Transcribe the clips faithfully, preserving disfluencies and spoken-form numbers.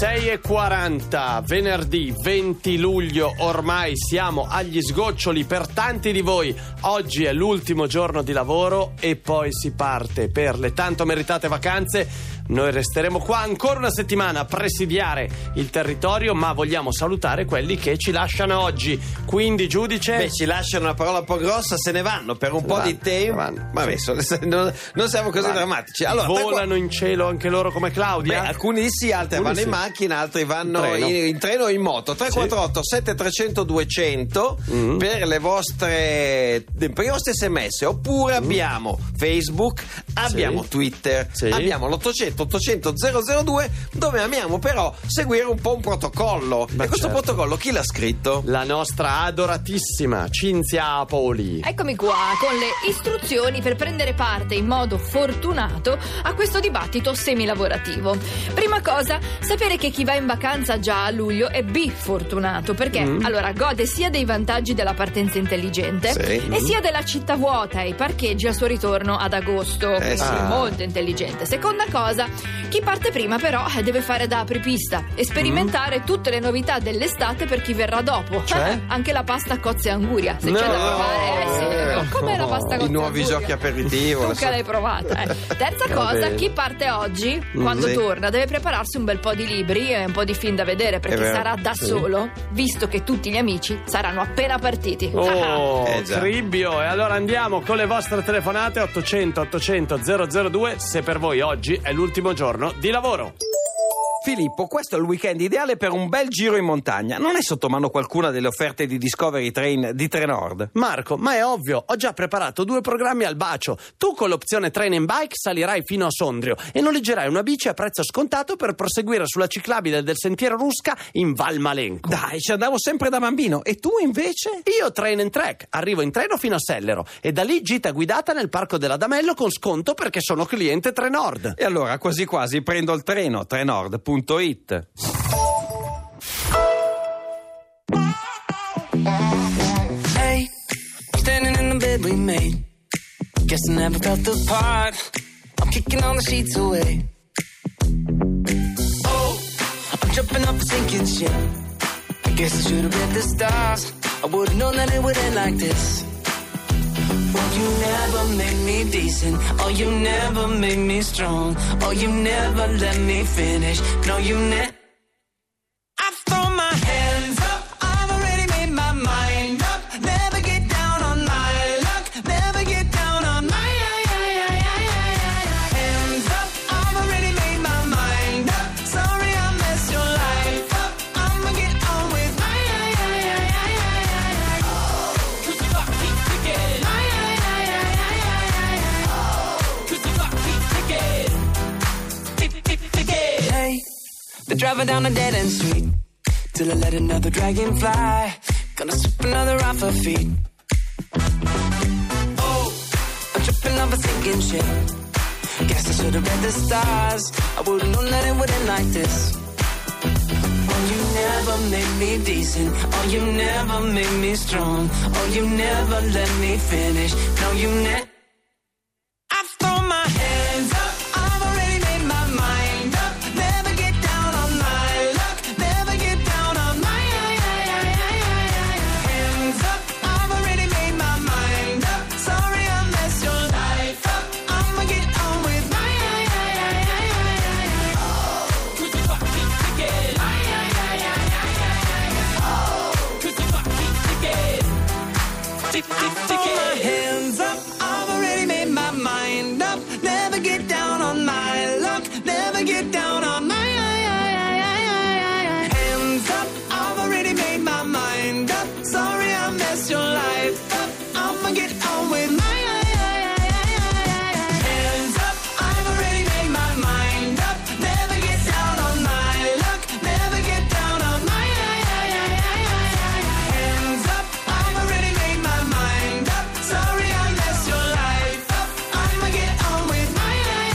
sei e quaranta, venerdì venti luglio, ormai siamo agli sgoccioli per tanti di voi. Oggi è l'ultimo giorno di lavoro e poi si parte per le tanto meritate vacanze. Noi resteremo qua ancora una settimana a presidiare il territorio, ma vogliamo salutare quelli che ci lasciano oggi. Quindi, giudice... Beh, ci lasciano una parola un po' grossa, se ne vanno per un se po' vanno, di tempo. Vabbè, sì. non, non siamo così vanno. drammatici. Allora, volano in cielo anche loro come Claudia? Beh, alcuni sì, altri alcuni vanno sì. in macchina, altri vanno in treno, in, in treno o in moto. tre quattro otto sette tre zero zero due zero zero mm. per le vostre per i vostri sms. Oppure mm. abbiamo Facebook, abbiamo sì. Twitter, sì. abbiamo l'ottocento ottocento zero zero due, dove amiamo però seguire un po' un protocollo. Beh, e questo certo. protocollo chi l'ha scritto? La nostra adoratissima Cinzia Apoli. Eccomi qua con le istruzioni per prendere parte in modo fortunato a questo dibattito semilavorativo. Prima cosa, sapere che chi va in vacanza già a luglio è bifortunato, perché mm. allora gode sia dei vantaggi della partenza intelligente, sì. e sia della città vuota e i parcheggi al suo ritorno ad agosto. Eh sì. ah. Molto intelligente. Seconda cosa, chi parte prima però deve fare da apripista e sperimentare mm. tutte le novità dell'estate per chi verrà dopo. Cioè? Anche la pasta cozze e anguria, se no. c'è da provare. Eh sì, com'è la pasta cozze I nuovi anguria? giochi aperitivo. Tu che l'hai provata. Eh. Terza Va cosa, bene. chi parte oggi, quando sì. torna, deve prepararsi un bel po' di libri e un po' di film da vedere, perché vero. sarà da Sì. solo, visto che tutti gli amici saranno appena partiti. Oh, Eh, già. cribbio. E allora andiamo con le vostre telefonate. Ottocento ottocento zero zero due, se per voi oggi è l'ultimo giorno di lavoro. Filippo, questo è il weekend ideale per un bel giro in montagna. Non è sotto mano qualcuna delle offerte di Discovery Train di Trenord? Marco, ma è ovvio, ho già preparato due programmi al bacio. Tu con l'opzione Train and Bike salirai fino a Sondrio e noleggerai una bici a prezzo scontato per proseguire sulla ciclabile del Sentiero Rusca in Val Malenco. Dai, ci andavo sempre da bambino. E tu invece? Io Train and Trek, arrivo in treno fino a Sellero e da lì gita guidata nel Parco dell'Adamello con sconto perché sono cliente Trenord. E allora quasi quasi prendo il treno. Trenord punto it. Hey, standing in the bed we made. Guess I never felt the part. I'm kicking all the sheets away. Oh, I'm jumping up a sinking ship. I guess I should have read the stars. I would've known that it would end like this. Oh, you never made me decent. Oh, you never made me strong. Oh, you never let me finish. No, you never. I've thrown my hands up. I've already made my mind up. Never get down on my luck. Never get down on my hands up. I've already made my mind up. Sorry I messed your life up. I'ma get on with my cause the clock keeps ticking. Cause the clock keeps ticking. Tick, tick, ticking. Hey, they're driving down a dead end street till I let another dragon fly. Gonna sip another off her feet. Oh, I'm tripping off a sinking ship. Guess I should have read the stars. I would've known that it would end like this. Oh, you never made me decent. Oh, you never made me strong. Oh, you never let me finish. No, you never. I've thrown my hands up. I've already made my mind up. Never get down on my luck. Never get down on my hands up. I've already made my mind up. Sorry I messed your life up. I'ma get on with my cause the clock keeps ticking. Cause the clock keeps ticking. Tick, tick, ticking. My hands up. I've already made my mind up. Never get down on my luck. Never get down on my hands up. I've already made my mind up. Sorry I messed your life up. I'ma get on with my hands up. I've already made my mind up. Never get down on my luck. Never get down on my hands up. I've already made my mind up. Sorry I messed your life up. I'ma get on with my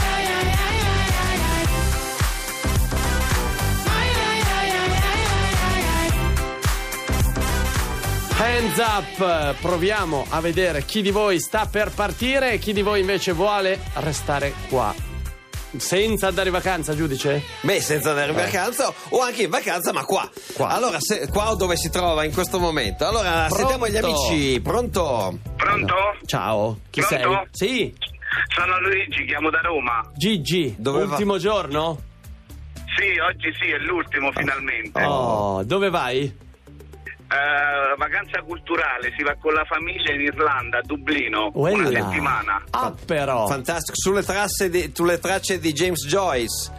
Hands up, proviamo a vedere chi di voi sta per partire e chi di voi invece vuole restare qua. Senza andare in vacanza, giudice? Beh, senza andare in vacanza o anche in vacanza, ma qua. Qua. Allora, se, qua dove si trova in questo momento? Allora, Pronto? sentiamo gli amici. Pronto? Pronto? Ciao, chi Pronto? sei? Sì, Sono Luigi, chiamo da Roma. Gigi, Dove va? ultimo giorno? Sì, oggi sì, è l'ultimo finalmente. Oh, dove vai? Eh, vacanza culturale, si va con la famiglia in Irlanda, a Dublino, una Uella. settimana. Ah, però. Fantastico. Sulle tracce di, sulle tracce di James Joyce.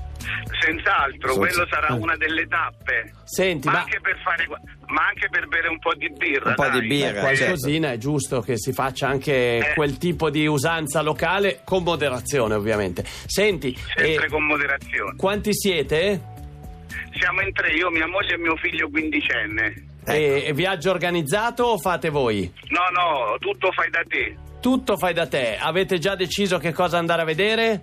Senz'altro, Sì, quello sì. sarà una delle tappe. Senti, ma, ma anche per fare, ma anche per bere un po' di birra. Un po' di dai. birra. qualcosina è giusto che si faccia anche Eh. quel tipo di usanza locale, con moderazione ovviamente. Senti, Sempre eh, con moderazione. quanti siete? Siamo in tre, io, mia moglie e mio figlio quindicenne. E, e viaggio organizzato o fate voi? No, no, tutto fai da te. Tutto fai da te. Avete già deciso che cosa andare a vedere?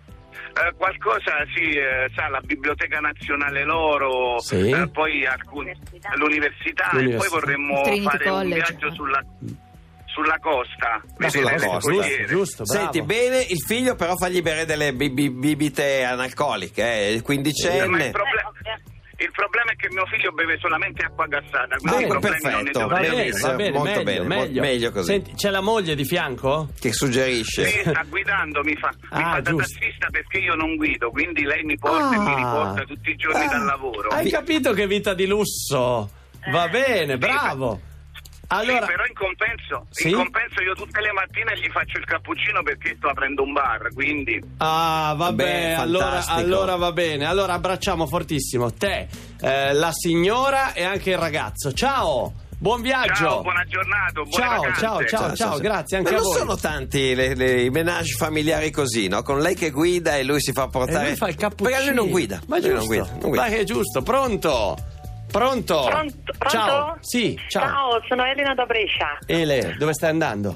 Eh, qualcosa sì, eh, sa, la Biblioteca Nazionale loro, Sì. eh, poi alcuni, l'università, e L'università. poi vorremmo Trinity fare un College. viaggio sulla, sulla costa. Ma vedere sulla le costa, scogliere. giusto, bravo. Senti, bene, il figlio però fagli bere delle bi- bi- bibite analcoliche, eh, il Eh, ma quindicenne. il, proble- il problema è che mio figlio beve solamente acqua gassata, quindi Bene, i problemi non ne perfetto, Va dovrei bene, benissimo, va bene, molto meglio, bene, meglio. meglio così. Senti, c'è la moglie di fianco? Che suggerisce? Sì, sta guidando, mi fa, mi Ah, fa da giusto. tassista perché io non guido, quindi lei mi porta e mi Ah. riporta tutti i giorni dal lavoro. Hai capito che vita di lusso? Va bene, bravo. Allora, Sì, però in compenso, Sì? in compenso io tutte le mattine gli faccio il cappuccino perché sto aprendo un bar, quindi ah, vabbè, Beh, allora, fantastico. allora va bene. Allora abbracciamo fortissimo te, eh, la signora e anche il ragazzo. Ciao, buon viaggio. ciao, buona giornata, buone Ciao, vacanze. ciao, ciao, ciao, grazie anche Ma a non voi. sono tanti le- le- i menage familiari così, no? Con lei che guida e lui si fa E portare. lui fa il cappuccino. Perché lui non guida. Ma è lui giusto. non guida, non guida. Ma che è giusto, pronto? Pronto? Pronto? Pronto? Ciao. Sì, ciao. Ciao, sono Elena da Brescia. Ele, dove stai andando?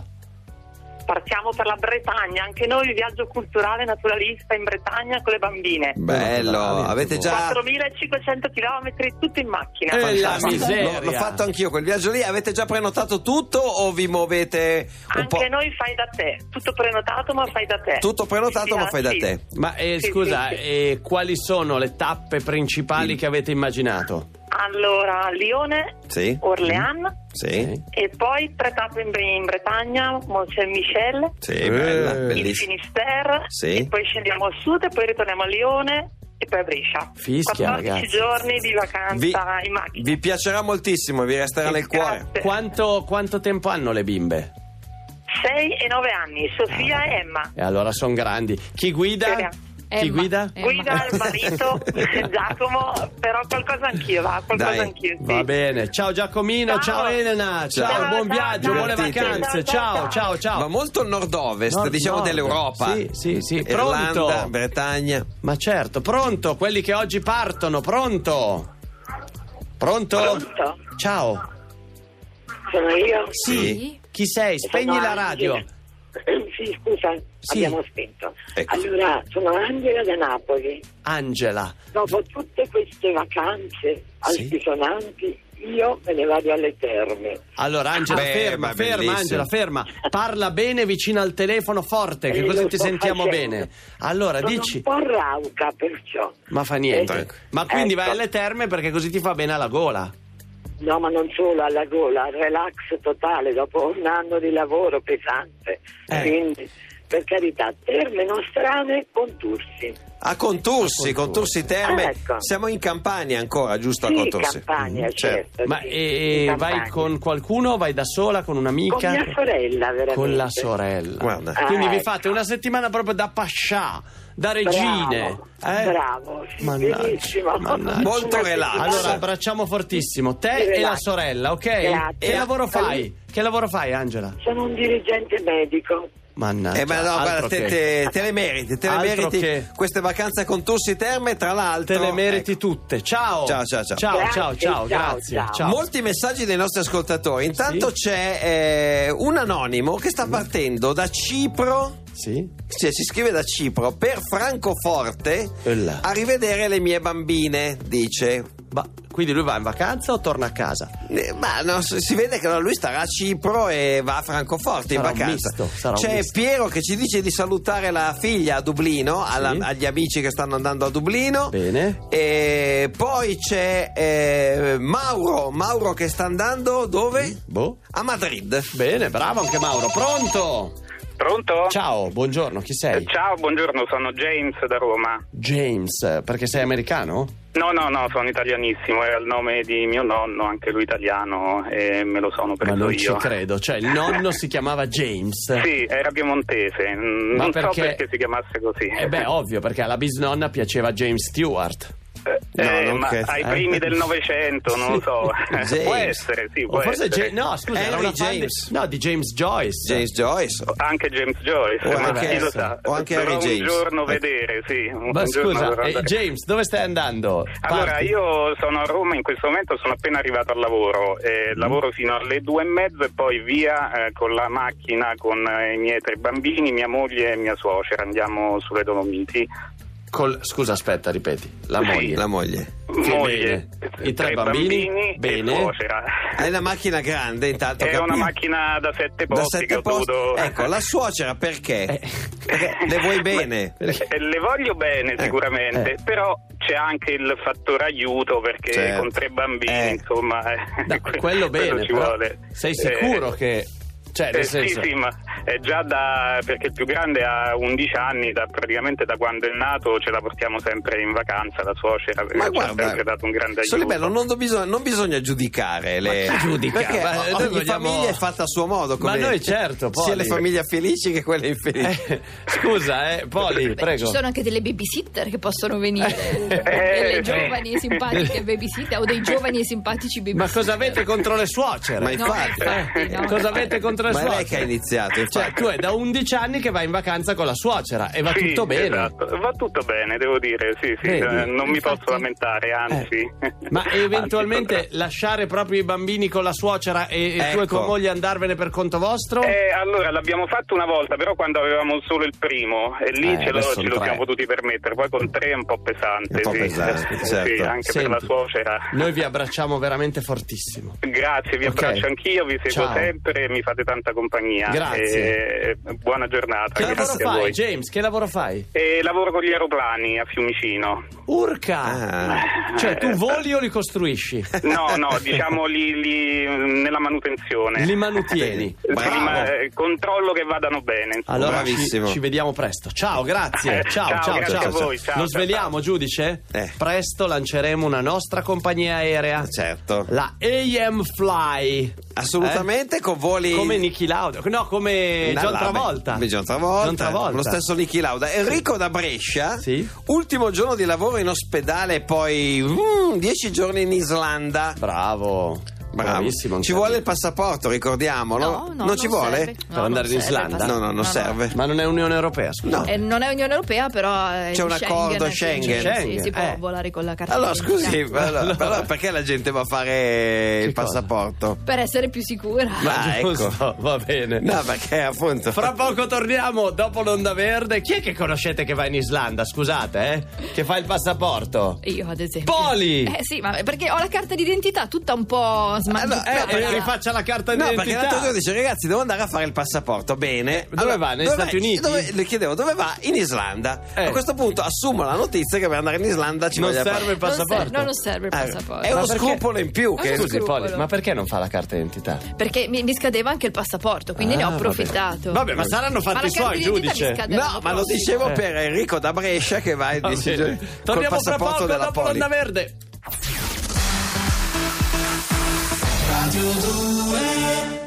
Partiamo per la Bretagna, anche noi viaggio culturale naturalista in Bretagna con le bambine. Bello, Bravi, avete già. quattromilacinquecento chilometri tutto in macchina. Eh, la Fantastico. miseria. L'ho, l'ho fatto anch'io quel viaggio lì. Avete già prenotato tutto o vi muovete un po'? Anche noi fai da te, tutto prenotato ma fai da te. Tutto prenotato, Sì, ma fai da sì. te. Ma eh, Sì, scusa, sì, sì. eh, quali sono le tappe principali che avete immaginato? Allora, Lione, Sì. Orléans Sì. e poi tre tappe in, in Bretagna, Mont Saint-Michel, Sì, bella, Eh. il bellissima. Finisterre Sì. e poi scendiamo a sud e poi ritorniamo a Lione e poi a Brescia. Fischia, quattordici ragazzi. giorni di vacanza Vi, in macchina. vi piacerà moltissimo, vi resterà nel cuore. Grazie. Quanto, quanto tempo hanno le bimbe? sei e nove anni, Sofia Ah, e Emma. E allora sono grandi. Chi guida? Speriamo. Chi Emma. guida? Emma. Guida il marito Giacomo, però qualcosa anch'io, va, qualcosa Dai, anch'io. Sì. Va bene. Ciao Giacomino, ciao, Ciao. Elena, ciao, Ciao, buon ciao, viaggio, ciao, buone divertitevi. vacanze. Ciao, Ciao, ciao, ciao. Ma molto nord-ovest, Nord- diciamo nord. dell'Europa. Sì, sì, sì. Irlanda, Pronto? Bretagna. Ma certo, pronto, quelli che oggi partono, pronto? Pronto? Pronto? Ciao. Sono io? Sì. Chi sei? Spegni Sono la radio. Angela. Sì, scusa, Sì. abbiamo spento. Ecco. Allora, sono Angela da Napoli. Angela. Dopo tutte queste vacanze Sì. altisonanti, io me ne vado alle terme. Allora Angela, Beh, ferma, ma ferma bellissimo. Angela, ferma. Parla bene vicino al telefono forte, che Eh, così lo ti sto sentiamo facendo. bene. Allora, Sono dici... un po' rauca, perciò. Ma fa niente. Ecco. Ma quindi Ecco. vai alle terme perché così ti fa bene alla gola. No, ma non solo alla gola, relax totale dopo un anno di lavoro pesante. Eh. Quindi, per carità, terme nostrane, contursi. A Contursi, Contursi Terme. Ecco. Siamo in Campania ancora, giusto? A Sì, Contursi. Campania, Mm, certo. Ma sì, e, in e vai Campania. con qualcuno? Vai da sola, con un'amica? Con mia sorella, veramente. Con la sorella. Guarda. Quindi Ah, vi ecco. fate una settimana proprio da pascià, da regine. Bravo, eh? bravo, sì, Mannaggia, benissimo. mannaggia. Molto relax. Allora abbracciamo fortissimo te Relax. e la sorella, ok? Grazie. Che lavoro fai? Che lavoro fai, Angela? Sono un dirigente medico. Mannaggia. Eh, ma no, guarda, altro te, che- te- te le meriti, te le Altro meriti che- queste vacanze a Contursi Terme, tra l'altro. Te le meriti ecco. tutte. Ciao. Ciao, ciao, ciao. Ciao, Grazie, ciao, ciao, ciao, grazie. ciao. Ciao. Molti messaggi dei nostri ascoltatori. Intanto Sì. c'è eh, un anonimo che sta partendo da Cipro Sì? Cioè, si scrive da Cipro per Francoforte Ella. a rivedere le mie bambine, dice. Ma quindi lui va in vacanza o torna a casa? Eh, Ma no, si si vede che lui starà a Cipro e va a Francoforte Sarà in un vacanza. misto, sarà un C'è misto. Piero che ci dice di salutare la figlia a Dublino, alla- Sì. agli amici che stanno andando a Dublino. Bene. E poi c'è eh, Mauro, Mauro che sta andando dove? Boh. A Madrid. Bene, bravo anche Mauro. Pronto? Pronto? Ciao, buongiorno, chi sei? Ciao, buongiorno, sono James da Roma. James, perché sei americano? No, no, no, sono italianissimo, era il nome di mio nonno, anche lui italiano, e me lo sono preso Ma non io. ci credo, cioè il nonno si chiamava James. Sì, era piemontese, mm, Ma non perché- so perché si chiamasse così. Eh beh, ovvio, perché alla bisnonna piaceva James Stewart. Eh, No, eh, non ma credo. ai Eh. primi del Novecento, non lo so. James. Può essere, sì, può O forse essere. Ja- no, scusa, era Henry una fan di- James. no, di James Joyce. James Joyce. Anche James Joyce, O ma anche- chi lo sa? o anche Dovrò Harry James. un giorno Ecco. vedere, sì. un- Ma un giorno scusa, dovrò eh, andare. James, dove stai andando? Allora, Parti. io sono a Roma in questo momento, sono appena arrivato al lavoro, eh, Mm. lavoro fino alle due e mezzo e poi via eh, con la macchina con eh, i miei tre bambini, mia moglie e mia suocera, andiamo sulle Dolomiti. Col- scusa, aspetta, ripeti. La Sì. moglie. La moglie. Sì, Moglie, bene. I tre bambini? Bene. e suocera. Hai una macchina grande, intanto. È una capisco. macchina da sette Da posti che sette ho posti. dovuto... Ecco, la suocera perché? Eh. Perché le vuoi bene? Eh, Le voglio bene sicuramente, eh. però c'è anche il fattore aiuto perché Certo. con tre bambini, Eh. insomma, eh, No, que- quello bene, ci però vuole. sei sicuro Eh, che... Cioè, nel Eh, senso... Sì, sì, ma è già da perché il più grande ha undici anni, da, praticamente da quando è nato ce la portiamo sempre in vacanza, la suocera, perché Ma ci ha guarda, sempre dato un grande aiuto. Solibello, non, do- bisogna, non bisogna giudicare le... chi giudica? Perché Ma noi ogni vogliamo- famiglia è fatta a suo modo. Ma come- noi certo, Poli. sia le famiglie felici che quelle infelici. Eh, scusa, eh, Poli, Beh, prego. ci sono anche delle babysitter che possono venire, Eh, delle eh. giovani e simpatiche babysitter o dei giovani e simpatici Ma babysitter. cosa avete contro le suocere? Ma No, infatti, infatti, no. Cosa avete contro le ma è suocere? lei che ha iniziato, infatti. Cioè, tu è da undici anni che vai in vacanza con la suocera e va Sì, tutto bene. esatto. Va tutto bene, devo dire, sì, sì, Vedi? eh, non mi Infatti. posso lamentare, anzi. Eh, Ma eventualmente Anzi, potrei. lasciare proprio i bambini con la suocera e, e tu e Ecco. tua moglie andarvene per conto vostro? Eh, allora l'abbiamo fatto una volta, però quando avevamo solo il primo e lì Eh, ce, lo, adesso ce sono lo tre. siamo potuti permettere, poi con tre è un po' pesante, Un po' sì. pesante, Eh, certo. sì, anche Senti, per la suocera. Noi vi abbracciamo veramente fortissimo. Grazie, vi Ok. abbraccio anch'io, vi seguo Ciao. sempre e mi fate tanta compagnia. Grazie. E buona giornata, Che lavoro grazie a fai, voi. James? Che lavoro fai? E lavoro con gli aeroplani a Fiumicino. Urca! Ah. Cioè, tu voli o li costruisci? No, no, diciamo li, li- nella manutenzione. Li manutieni. Sì, Bravo. ma, eh, controllo che vadano bene. insomma. Allora ci, Bravissimo. ci vediamo presto. Ciao, grazie. Eh, Ciao, ciao, ciao, grazie ciao. a voi, ciao, Lo ciao, sveliamo, giudice? Eh. Presto lanceremo una nostra compagnia aerea. Certo. La A M Fly. Assolutamente, con voli... Eh? Come Niki Lauda. No, come No, John là, Travolta. beh, John Travolta, John Travolta. lo stesso Niki Lauda. Enrico da Brescia, Sì. ultimo giorno di lavoro in ospedale, poi mm, dieci giorni in Islanda. Bravo. Bravo. Bravissimo. Ci vuole il passaporto, ricordiamolo. No, no, non ci vuole? serve. Per No, andare non in serve il Islanda? No, no, non serve. Ma non è Unione Europea, scusa. No. Eh, non è Unione Europea, però è C'è un Schengen, accordo eh, Schengen. Sì, si può Eh. volare con la carta Allora, d'identità. scusi, allora, Allora. allora perché la gente va a fare il cosa? passaporto? Per essere più sicura. Ma ecco. Giusto, va bene. No, perché appunto. Fra poco torniamo dopo l'onda verde. Chi è che conoscete che va in Islanda? Scusate, eh? Che fa il passaporto? Io, ad esempio. Poli! Eh sì, ma perché ho la carta d'identità tutta un po' smangiata. Eh, eh, rifaccia la carta No, d'identità. perché l'altro giorno dice ragazzi devo andare a fare il passaporto. Bene. dove va? Negli Stati Uniti? Dove, le chiedevo dove va? In Islanda. Eh. A questo punto assumo la notizia che per andare in Islanda ci Non voglia serve fare- il passaporto. Non serve, no, non serve il Eh, passaporto. è uno Ma perché- scrupolo in più. Ma Che... scusi, Scusi, Poli, scrupolo. ma perché non fa la carta d'identità? Perché mi, mi scadeva anche il passaporto, quindi ne ho Ah, approfittato. Vabbè, ma saranno Ma fatti la i suoi, carta d'identità mi giudice. scade No, l'anno ma lo prossimo. dicevo Eh. per Enrico da Brescia che va in Va dieci bene. giorni col Torniamo fra passaporto poco della dopo Poli. l'onda verde. Radio due